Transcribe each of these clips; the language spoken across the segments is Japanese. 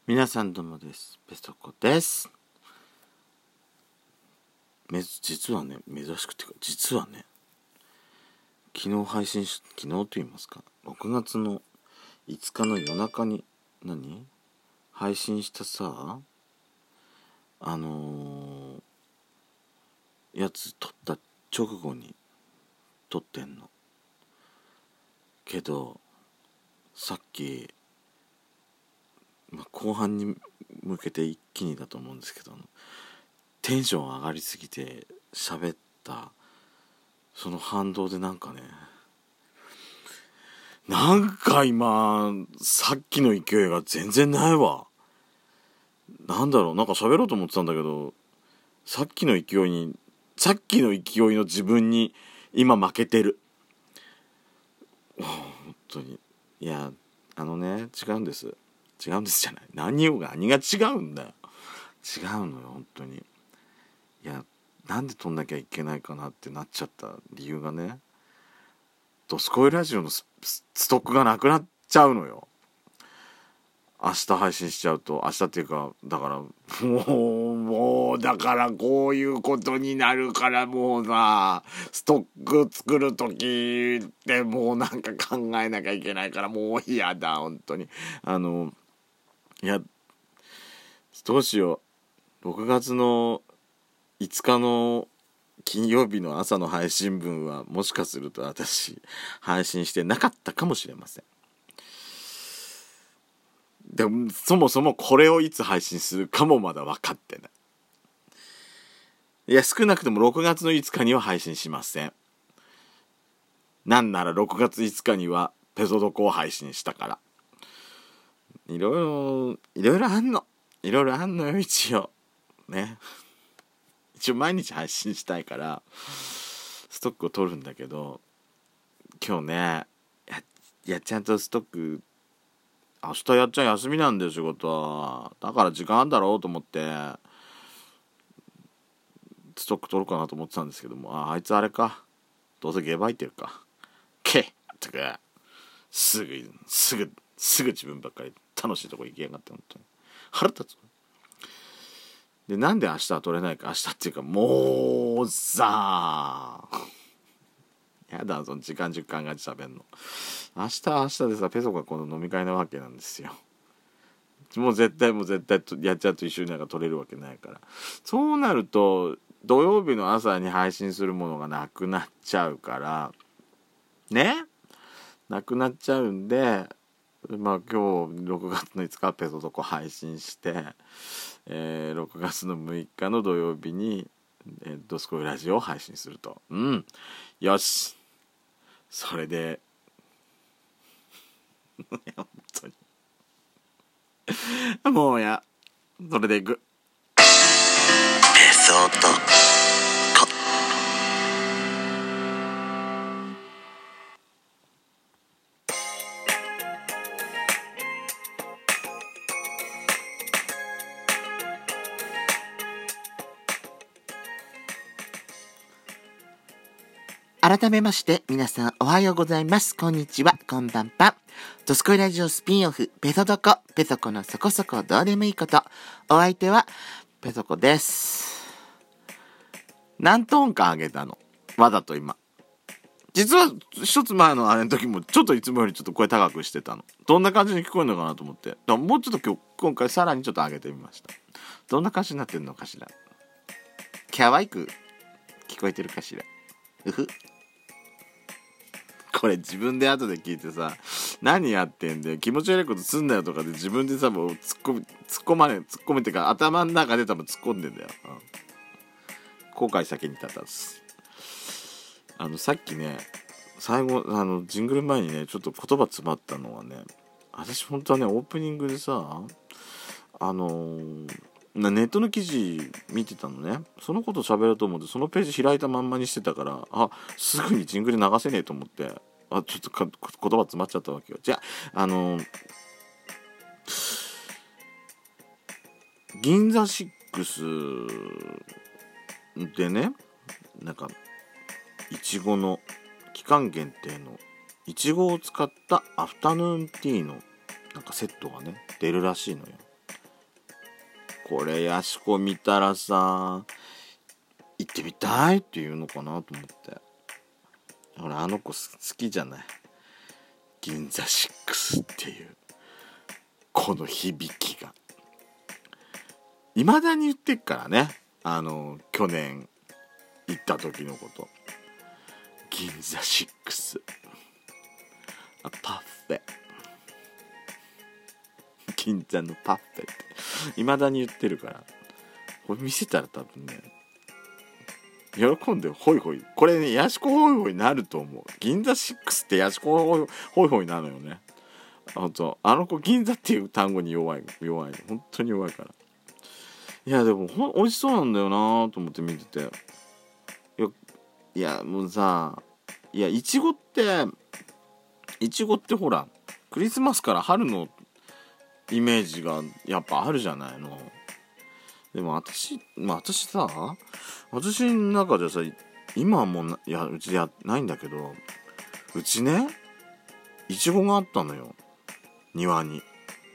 皆さんどうもです。ペソコです。実はね、珍しくてか実はね、昨日と言いますか、6月の5日の夜中に配信したさ、やつ撮った直後に撮ってんの。けどさっき、後半に向けて一気にだと思うんですけど、テンション上がりすぎて喋ったその反動でなんか今さっきの勢いが全然ないわ。なんか喋ろうと思ってたんだけど、さっきの勢いの自分に今負けてる。本当に。いや、違うんですじゃない、何が違うんだよ。違うのよ本当に。いや、なんで撮んなきゃいけないかなってなっちゃった理由がね、ドスコイラジオのストックがなくなっちゃうのよ。明日配信しちゃうと、明日っていうか、だからもうだからこういうことになるから、もうさ、ストック作る時ってもうなんか考えなきゃいけないから、もう嫌だ本当に。いや、どうしよう。6月の5日の金曜日の朝の配信分はもしかすると私配信してなかったかもしれません。でもそもそもこれをいつ配信するかもまだ分かってない。いや、少なくとも6月の5日には配信しません。なんなら6月5日にはペソドコを配信したから。いろいろあんのよ。一応毎日配信したいからストックを取るんだけど、今日ね、ちゃんとストック、明日やっちゃ休みなんだよ仕事は。だから時間あんだろうと思ってストック取ろうかなと思ってたんですけども、あいつあれか、どうせゲバいてるか、ってかすぐ自分ばっかり楽しいとこ行きやがって、本当に腹立つ。で、なんで明日は取れないか、明日っていうかもうさ、やだ、その時間考えて喋んの。明日でさ、ペソがこの飲み会なわけなんですよ。もう絶対やっちゃうと一緒に取れるわけないから。そうなると土曜日の朝に配信するものがなくなっちゃうからね、なくなっちゃうんで、今日6月の5日ペソドコ配信して、6月の6日の土曜日に、ドスコイラジオを配信すると。よし、それで本当にもうそれでいく。ペソドコ。 改めまして皆さんおはようございます。こんにちは、こんばんぱ。ドスコイラジオスピンオフペソドコ、ペソコのそこそこどうでもいいこと。お相手はペソコです。 何トーンか上げたの、わざと今。実は一つ前のあれの時もちょっといつもよりちょっと声高くしてたの。どんな感じに聞こえるのかなと思って、だからもうちょっと今回さらにちょっと上げてみました。どんな感じになってるのかしら。可愛く聞こえてるかしら。これ自分で後で聞いてさ、何やってんだよ、気持ち悪いことすんなよとかで自分でさ、もう突っ込めてか頭の中で多分突っ込んでんだよ、後悔先に立たず。さっきね、最後ジングル前にね、ちょっと言葉詰まったのはね、私本当はね、オープニングでさ、ネットの記事見てたのね。そのこと喋ろうと思ってそのページ開いたまんまにしてたから、すぐにジングル流せねえと思って、ちょっと言葉詰まっちゃったわけよ。じゃあ銀座6でね、いちごの期間限定のいちごを使ったアフタヌーンティーのセットがね出るらしいのよ。 これヤシコ見たらさ、行ってみたいって言うのかなと思って。俺あの子好きじゃない、銀座6っていうこの響きが未だに言ってっからね。去年行った時のこと、銀座6パフェ、銀座のパフェって未だに言ってるから、これ見せたら多分ね喜んでホイホイ、これねヤシコホイホイになると思う。銀座6ってヤシコホイホイなのよね。あの子銀座っていう単語に弱い本当に弱いから。いやでも美味しそうなんだよなと思って見てて、いやもうさ、いやいちごってほらクリスマスから春のイメージがやっぱあるじゃないの。でも私の中でさ、今はもううちないんだけど、うちねいちごがあったのよ、庭に。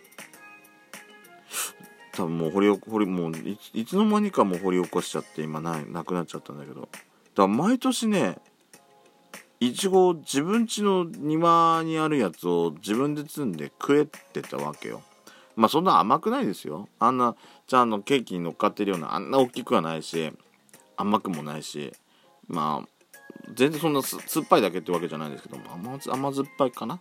多分もうもういつの間にかもう掘り起こしちゃって今なくなっちゃったんだけど、だから毎年ねいちご自分家の庭にあるやつを自分で摘んで食えてたわけよ。まあそんな甘くないですよ、あんなじゃあケーキに乗っかってるようなあんな大きくはないし甘くもないし、まあ全然そんな酸っぱいだけってわけじゃないんですけども、甘酸っぱいかな。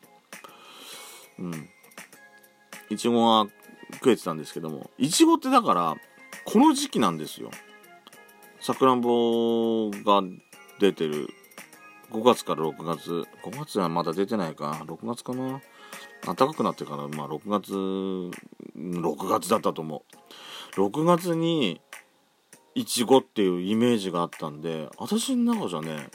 いちごは食えてたんですけども、いちごってだからこの時期なんですよ。さくらんぼが出てる5月から6月、5月はまだ出てないか、6月かな、暖かくなってから、まあ6月だったと思う。6月にいちごっていうイメージがあったんで、私の中じゃね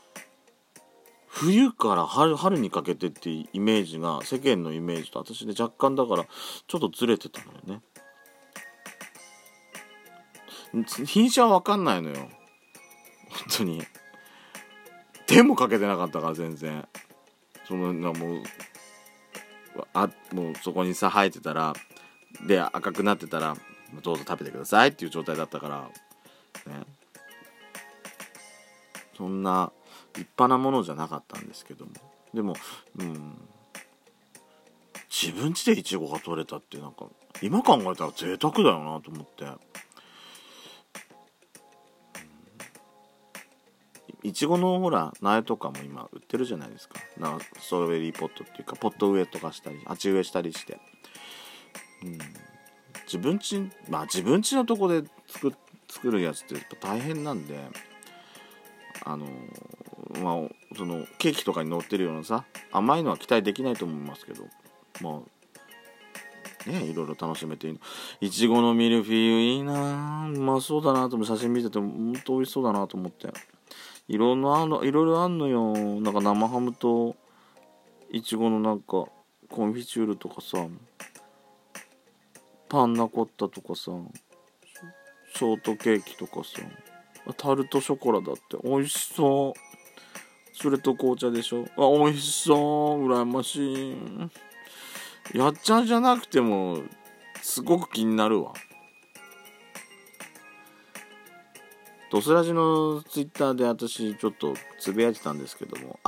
冬から春にかけてっていうイメージが世間のイメージと私で若干だからちょっとずれてたのよね。品種は分かんないのよ本当に。手もかけてなかったから全然。もうそこにさ生えてたらで赤くなってたらどうぞ食べてくださいっていう状態だったからね。そんな立派なものじゃなかったんですけども、でも自分家でイチゴが取れたってなんか今考えたら贅沢だよなと思って。いちごのほら苗とかも今売ってるじゃないですか。ストロベリーポットっていうかポット植えとかしたり鉢植えしたりして、自分家のとこで作るやつってやっぱ大変なんで、そのケーキとかに乗ってるようなさ甘いのは期待できないと思いますけど、まあねいろいろ楽しめていいの。いちごのミルフィーユいいな、うまそうだなと思って、写真見てても本当美味しそうだなと思って。いろいろあんのよ。なんか生ハムといちごのなんかコンフィチュールとかさ、パンナコッタとかさ、ショートケーキとかさ、タルトショコラだって美味しそう。それと紅茶でしょ。美味しそう。羨ましい。やっちゃんじゃなくてもすごく気になるわ。ドスラジのツイッターで私ちょっとつぶやいてたんですけども、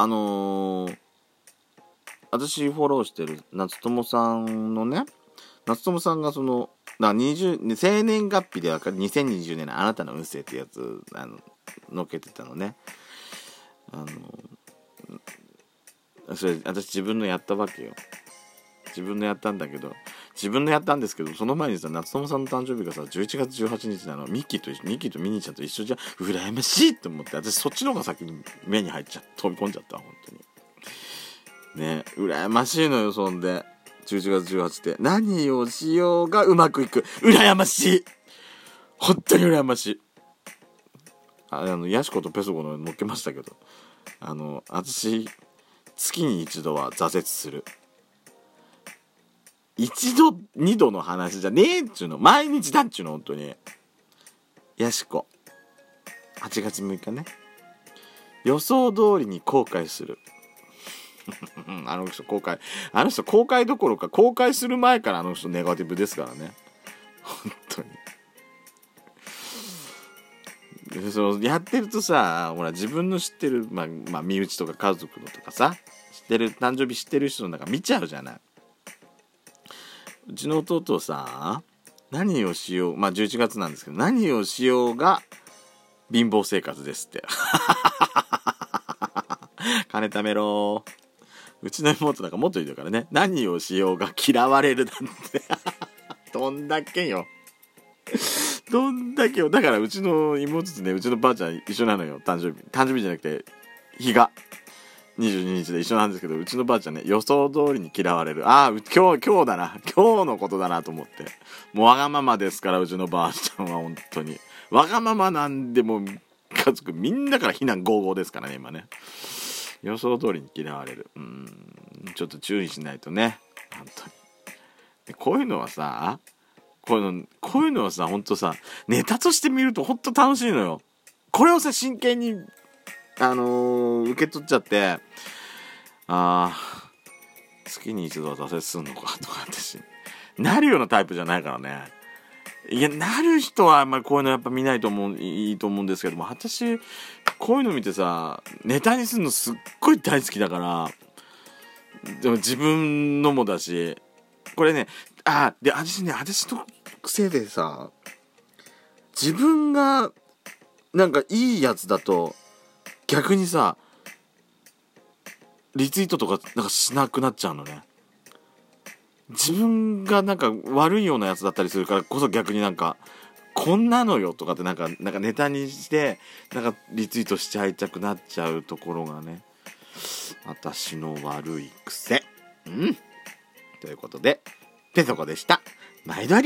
私フォローしてる夏友さんのね、夏友さんが生年月日で分かる2020年のあなたの運勢ってやつ載っけてたのね。それ私自分のやったわけよ。自分のやったんですけど、その前にさ夏友さんの誕生日がさ11月18日なの。ミッキーとミニーちゃんと一緒じゃ羨ましいと思って、私そっちの方が先に目に飛び込んじゃった本当にね。羨ましいのよ。そんで11月18って何をしようがうまくいく、羨ましい、本当に羨ましい。ヤシコとペソコの乗っけましたけど、私月に一度は挫折する。一度二度の話じゃねえっちゅうの、毎日だっちゅうの。本当にヤシコ8月6日ね、予想通りに後悔するあの人公開どころか公開する前からあの人ネガティブですからね本当に。 そうやってるとさ、ほら自分の知ってる、身内とか家族のとかさ、誕生日知ってる人の中見ちゃうじゃない。うちの弟さ、何をしよう、11月なんですけど、何をしようが貧乏生活ですって金貯めろ。うちの妹なんかもっと言うだからね、何をしようが嫌われるなんてどんだけよだからうちの妹とね、うちのばあちゃん一緒なのよ。誕生日じゃなくて日が22日で一緒なんですけど、うちのばあちゃんね、予想通りに嫌われる。今日だな、今日のことだなと思って。もうわがままですから、うちのばあちゃんは本当にわがままなんで、もう家族みんなから非難合々ですからね、今ね。予想通りに嫌われる。ちょっと注意しないとね、本当に。こういうのはさ、本当さ、ネタとして見ると本当楽しいのよ。これをさ、真剣に受け取っちゃって、月に一度は挫折するのかとか私なるようなタイプじゃないからね。いや、なる人はあんまりこういうのやっぱ見ないといいと思うんですけども、私こういうの見てさ、ネタにするのすっごい大好きだから。でも自分のもだし、これね、私の癖でさ、自分がなんかいいやつだと逆にさ、リツイートとかなんかしなくなっちゃうのね。自分がなんか悪いようなやつだったりするからこそ、逆になんかこんなのよとかってなんかネタにしてなんかリツイートしちゃいたくなっちゃうところがね、私の悪い癖。ということでペソコでした。毎度あり